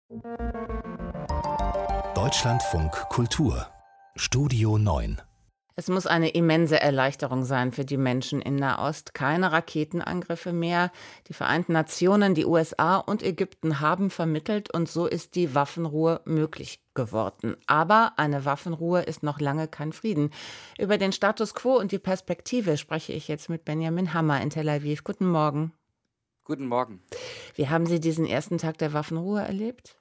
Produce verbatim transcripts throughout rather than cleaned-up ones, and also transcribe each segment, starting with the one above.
Deutschlandfunk Kultur Studio neun. Es muss eine immense Erleichterung sein für die Menschen in Nahost. Keine Raketenangriffe mehr. Die Vereinten Nationen, die U S A und Ägypten haben vermittelt und so ist die Waffenruhe möglich geworden. Aber eine Waffenruhe ist noch lange kein Frieden. Über den Status quo und die Perspektive spreche ich jetzt mit Benjamin Hammer in Tel Aviv. Guten Morgen. Guten Morgen. Wie haben Sie diesen ersten Tag der Waffenruhe erlebt?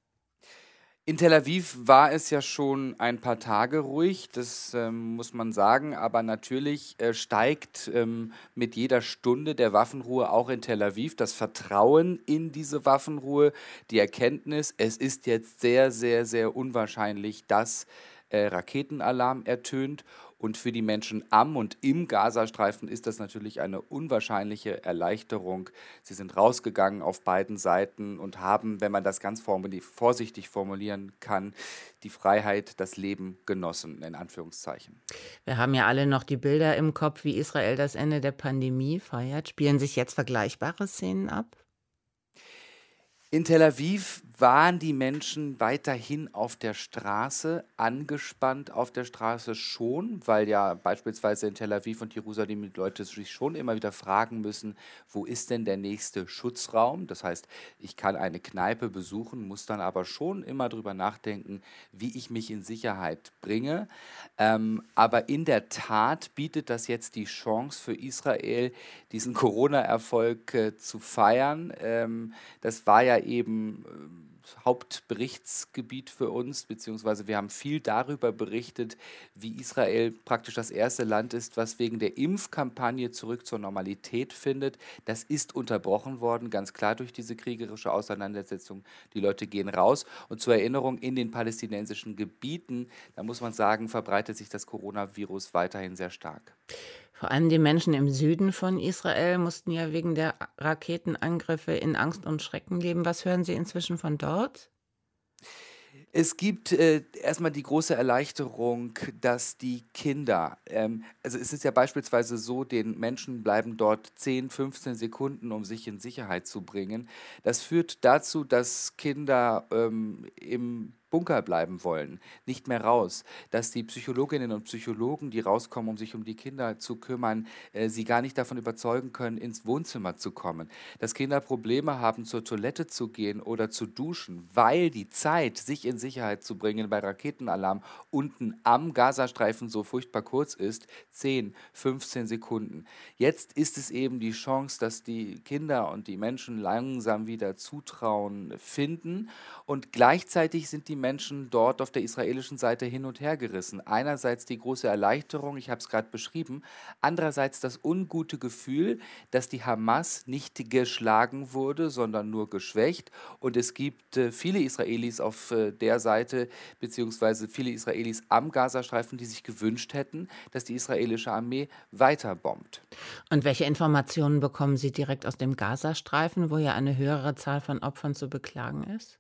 In Tel Aviv war es ja schon ein paar Tage ruhig, das ähm, muss man sagen, aber natürlich äh, steigt ähm, mit jeder Stunde der Waffenruhe auch in Tel Aviv das Vertrauen in diese Waffenruhe, die Erkenntnis, es ist jetzt sehr, sehr, sehr unwahrscheinlich, dass äh, Raketenalarm ertönt. Und für die Menschen am und im Gazastreifen ist das natürlich eine unwahrscheinliche Erleichterung. Sie sind rausgegangen auf beiden Seiten und haben, wenn man das ganz formuli- vorsichtig formulieren kann, die Freiheit, das Leben genossen, in Anführungszeichen. Wir haben ja alle noch die Bilder im Kopf, wie Israel das Ende der Pandemie feiert. Spielen sich jetzt vergleichbare Szenen ab? In Tel Aviv waren die Menschen weiterhin auf der Straße, angespannt auf der Straße schon, weil ja beispielsweise in Tel Aviv und Jerusalem die Leute sich schon immer wieder fragen müssen, wo ist denn der nächste Schutzraum? Das heißt, ich kann eine Kneipe besuchen, muss dann aber schon immer drüber nachdenken, wie ich mich in Sicherheit bringe. Ähm, aber in der Tat bietet das jetzt die Chance für Israel, diesen Corona-Erfolg äh, zu feiern. Ähm, das war ja eben ähm, Hauptberichtsgebiet für uns, beziehungsweise wir haben viel darüber berichtet, wie Israel praktisch das erste Land ist, was wegen der Impfkampagne zurück zur Normalität findet. Das ist unterbrochen worden, ganz klar durch diese kriegerische Auseinandersetzung. Die Leute gehen raus. Und zur Erinnerung, in den palästinensischen Gebieten, da muss man sagen, verbreitet sich das Coronavirus weiterhin sehr stark. Vor allem die Menschen im Süden von Israel mussten ja wegen der Raketenangriffe in Angst und Schrecken leben. Was hören Sie inzwischen von dort? Es gibt äh, erstmal die große Erleichterung, dass die Kinder, ähm, also es ist ja beispielsweise so, den Menschen bleiben dort zehn, fünfzehn Sekunden, um sich in Sicherheit zu bringen. Das führt dazu, dass Kinder ähm, im Bunker bleiben wollen, nicht mehr raus, dass die Psychologinnen und Psychologen, die rauskommen, um sich um die Kinder zu kümmern, äh, sie gar nicht davon überzeugen können, ins Wohnzimmer zu kommen, dass Kinder Probleme haben, zur Toilette zu gehen oder zu duschen, weil die Zeit, sich in Sicherheit zu bringen bei Raketenalarm unten am Gazastreifen so furchtbar kurz ist, zehn, fünfzehn Sekunden. Jetzt ist es eben die Chance, dass die Kinder und die Menschen langsam wieder Zutrauen finden und gleichzeitig sind die Menschen dort auf der israelischen Seite hin und her gerissen. Einerseits die große Erleichterung, ich habe es gerade beschrieben, andererseits das ungute Gefühl, dass die Hamas nicht geschlagen wurde, sondern nur geschwächt. Und es gibt äh, viele Israelis auf äh, der Seite, beziehungsweise viele Israelis am Gazastreifen, die sich gewünscht hätten, dass die israelische Armee weiter bombt. Und welche Informationen bekommen Sie direkt aus dem Gazastreifen, wo ja eine höhere Zahl von Opfern zu beklagen ist?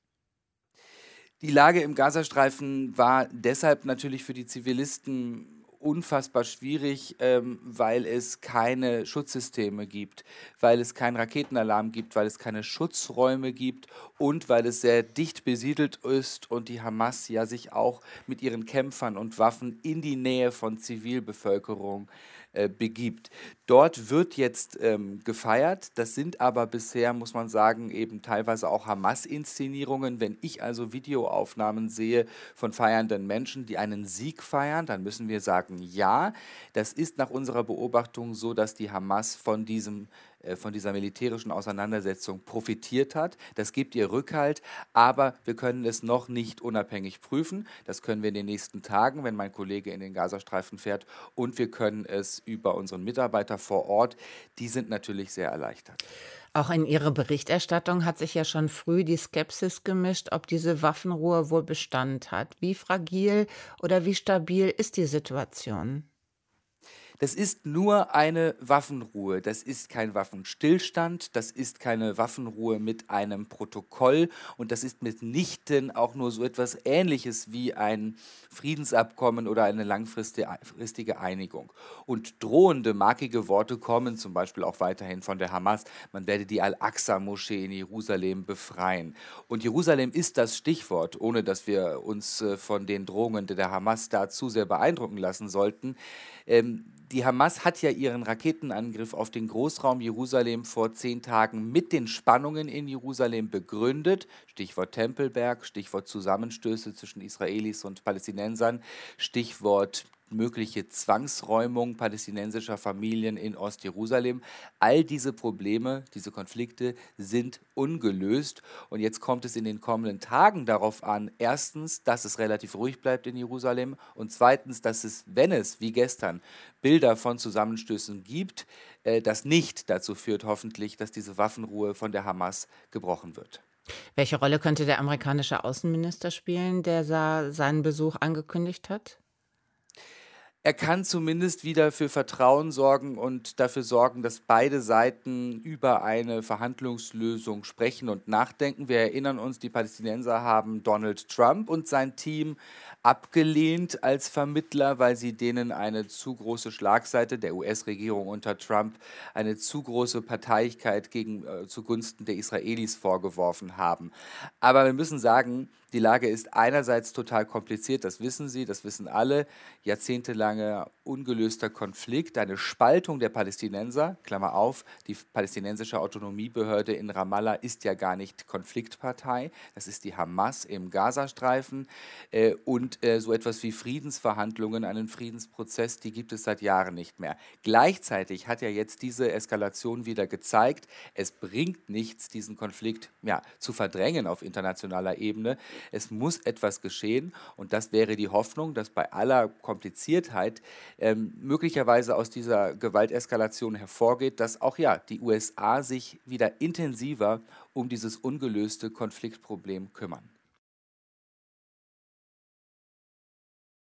Die Lage im Gazastreifen war deshalb natürlich für die Zivilisten unfassbar schwierig, ähm, weil es keine Schutzsysteme gibt, weil es keinen Raketenalarm gibt, weil es keine Schutzräume gibt und weil es sehr dicht besiedelt ist und die Hamas ja sich auch mit ihren Kämpfern und Waffen in die Nähe von Zivilbevölkerung äh, begibt. Dort wird jetzt ähm, gefeiert, das sind aber bisher, muss man sagen, eben teilweise auch Hamas-Inszenierungen. Wenn ich also Videoaufnahmen sehe von feiernden Menschen, die einen Sieg feiern, dann müssen wir sagen, ja, das ist nach unserer Beobachtung so, dass die Hamas von diesem äh, von dieser militärischen Auseinandersetzung profitiert hat. Das gibt ihr Rückhalt, aber wir können es noch nicht unabhängig prüfen. Das können wir in den nächsten Tagen, wenn mein Kollege in den Gazastreifen fährt, und wir können es über unseren Mitarbeiter vor Ort. Die sind natürlich sehr erleichtert. Auch in Ihre Berichterstattung hat sich ja schon früh die Skepsis gemischt, ob diese Waffenruhe wohl Bestand hat. Wie fragil oder wie stabil ist die Situation? Das ist nur eine Waffenruhe. Das ist kein Waffenstillstand, das ist keine Waffenruhe mit einem Protokoll und das ist mitnichten auch nur so etwas Ähnliches wie ein Friedensabkommen oder eine langfristige Einigung. Und drohende, markige Worte kommen zum Beispiel auch weiterhin von der Hamas. Man werde die Al-Aqsa-Moschee in Jerusalem befreien. Und Jerusalem ist das Stichwort, ohne dass wir uns äh, von den Drohungen der Hamas da zu sehr beeindrucken lassen sollten. Ähm, die Hamas hat ja ihren Raketenangriff auf den Großraum Jerusalem vor zehn Tagen mit den Spannungen in Jerusalem begründet. Stichwort Tempelberg, Stichwort Zusammenstöße zwischen Israelis und Palästinensern, Stichwort mögliche Zwangsräumung palästinensischer Familien in Ostjerusalem. All diese Probleme, diese Konflikte sind ungelöst. Und jetzt kommt es in den kommenden Tagen darauf an, erstens, dass es relativ ruhig bleibt in Jerusalem und zweitens, dass es, wenn es, wie gestern, Bilder von Zusammenstößen gibt, äh, das nicht dazu führt, hoffentlich, dass diese Waffenruhe von der Hamas gebrochen wird. Welche Rolle könnte der amerikanische Außenminister spielen, der sa seinen Besuch angekündigt hat? Er kann zumindest wieder für Vertrauen sorgen und dafür sorgen, dass beide Seiten über eine Verhandlungslösung sprechen und nachdenken. Wir erinnern uns, die Palästinenser haben Donald Trump und sein Team abgelehnt als Vermittler, weil sie denen eine zu große Schlagseite der U S-Regierung unter Trump, eine zu große Parteiigkeit gegen, äh, zugunsten der Israelis vorgeworfen haben. Aber wir müssen sagen, die Lage ist einerseits total kompliziert, das wissen Sie, das wissen alle. Jahrzehntelanger ungelöster Konflikt, eine Spaltung der Palästinenser, Klammer auf, die palästinensische Autonomiebehörde in Ramallah ist ja gar nicht Konfliktpartei, das ist die Hamas im Gazastreifen äh, und äh, so etwas wie Friedensverhandlungen, einen Friedensprozess, die gibt es seit Jahren nicht mehr. Gleichzeitig hat ja jetzt diese Eskalation wieder gezeigt, es bringt nichts, diesen Konflikt ja, zu verdrängen auf internationaler Ebene. Es muss etwas geschehen und das wäre die Hoffnung, dass bei aller Kompliziertheit ähm, möglicherweise aus dieser Gewalteskalation hervorgeht, dass auch ja die U S A sich wieder intensiver um dieses ungelöste Konfliktproblem kümmern.